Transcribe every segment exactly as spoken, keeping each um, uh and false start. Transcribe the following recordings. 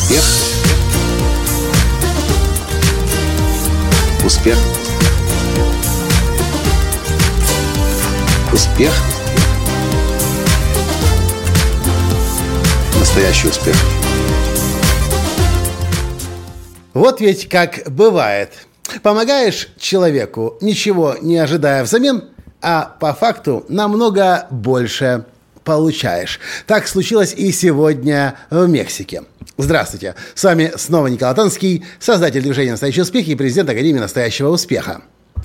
Успех. Успех. Успех. Настоящий успех. Вот ведь как бывает. Помогаешь человеку, ничего не ожидая взамен, а по факту намного больше получаешь. Так случилось и сегодня в Мексике. Здравствуйте, с вами снова Николай Танский, создатель движения «Настоящий успех» и президент Академии настоящего успеха.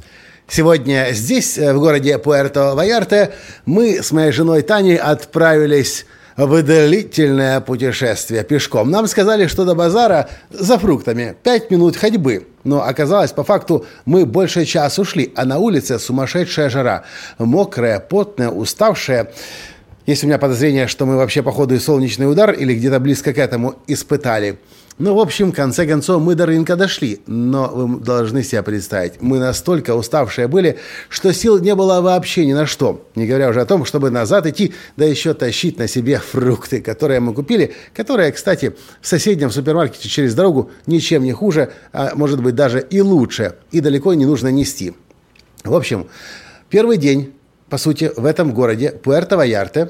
Сегодня здесь, в городе Пуэрто-Вальярте, мы с моей женой Таней отправились в длительное путешествие пешком. Нам сказали, что до базара за фруктами пять минут ходьбы. Но оказалось, по факту, мы больше часа ушли, а на улице сумасшедшая жара. Мокрая, потная, уставшая. Есть у меня подозрение, что мы вообще, походу, и солнечный удар или где-то близко к этому испытали. Ну, в общем, в конце концов, мы до рынка дошли. Но вы должны себе представить, мы настолько уставшие были, что сил не было вообще ни на что. Не говоря уже о том, чтобы назад идти, да еще тащить на себе фрукты, которые мы купили, которые, кстати, в соседнем супермаркете через дорогу ничем не хуже, а может быть даже и лучше, и далеко не нужно нести. В общем, первый день, по сути, в этом городе Пуэрто-Вальярте.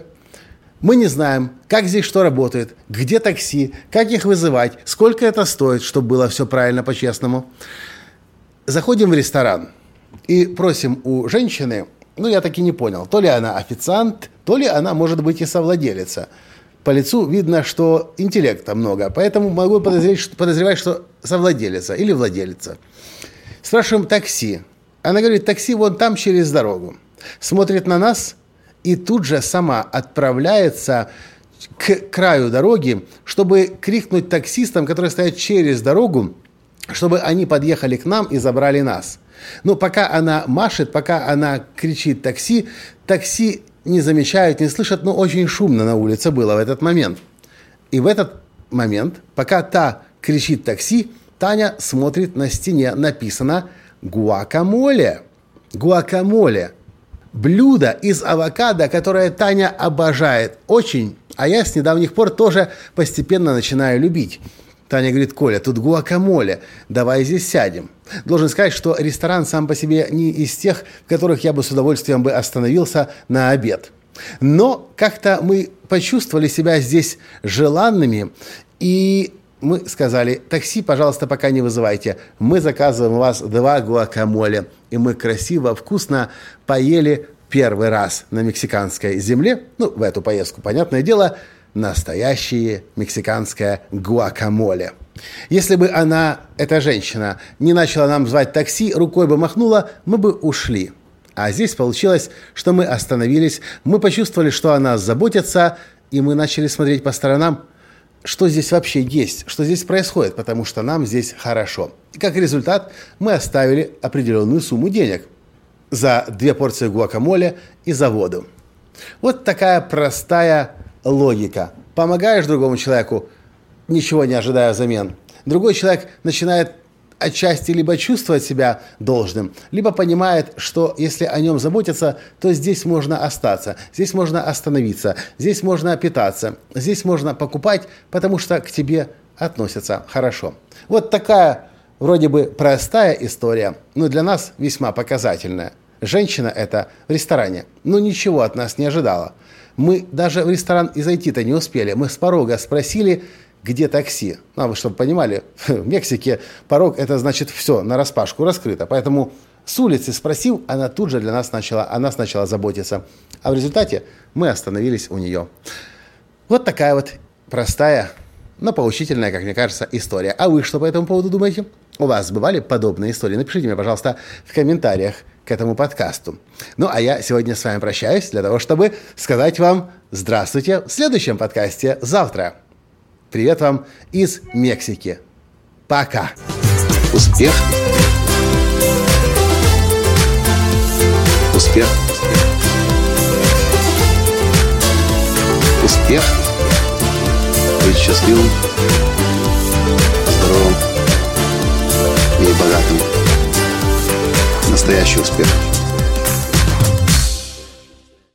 Мы не знаем, как здесь что работает, где такси, как их вызывать, сколько это стоит, чтобы было все правильно, по-честному. Заходим в ресторан и просим у женщины, ну, я так и не понял, то ли она официант, то ли она, может быть, и совладелица. По лицу видно, что интеллекта много, поэтому могу подозревать, что, подозревать, что совладелица или владелица. Спрашиваем такси. Она говорит, такси вон там через дорогу. Смотрит на нас и тут же сама отправляется к краю дороги, чтобы крикнуть таксистам, которые стоят через дорогу, чтобы они подъехали к нам и забрали нас. Но пока она машет, пока она кричит такси, такси не замечают, не слышат, но очень шумно на улице было в этот момент. И в этот момент, пока та кричит такси, Таня смотрит, на стене написано «Гуакамоле». Гуакамоле. Блюдо из авокадо, которое Таня обожает очень, а я с недавних пор тоже постепенно начинаю любить. Таня говорит, Коля, тут гуакамоле, давай здесь сядем. Должен сказать, что ресторан сам по себе не из тех, в которых я бы с удовольствием бы остановился на обед. Но как-то мы почувствовали себя здесь желанными, и мы сказали, такси, пожалуйста, пока не вызывайте. Мы заказываем у вас два гуакамоле. И мы красиво, вкусно поели первый раз на мексиканской земле. Ну, в эту поездку, понятное дело, настоящее мексиканское гуакамоле. Если бы она, эта женщина, не начала нам звать такси, рукой бы махнула, мы бы ушли. А здесь получилось, что мы остановились, мы почувствовали, что о нас заботятся, и мы начали смотреть по сторонам, что здесь вообще есть, что здесь происходит, потому что нам здесь хорошо. И как результат мы оставили определенную сумму денег за две порции гуакамоле и за воду. Вот такая простая логика. Помогаешь другому человеку, ничего не ожидая взамен. Другой человек начинает отчасти либо чувствовать себя должным, либо понимает, что если о нем заботятся, то здесь можно остаться, здесь можно остановиться, здесь можно питаться, здесь можно покупать, потому что к тебе относятся хорошо. Вот такая вроде бы простая история, но для нас весьма показательная. Женщина эта в ресторане, но ничего от нас не ожидала. Мы даже в ресторан и зайти-то не успели. Мы с порога спросили, где такси. Ну, а вы чтобы понимали, в Мексике порог это значит все, нараспашку раскрыто. Поэтому с улицы спросил, она тут же для нас начала, о нас начала заботиться. А в результате мы остановились у нее. Вот такая вот простая, но поучительная, как мне кажется, история. А вы что по этому поводу думаете? У вас бывали подобные истории? Напишите мне, пожалуйста, в комментариях к этому подкасту. Ну, а я сегодня с вами прощаюсь для того, чтобы сказать вам здравствуйте в следующем подкасте завтра. Привет вам из Мексики. Пока. Успех. Успех. Успех. Быть счастливым, здоровым и богатым. Настоящий успех.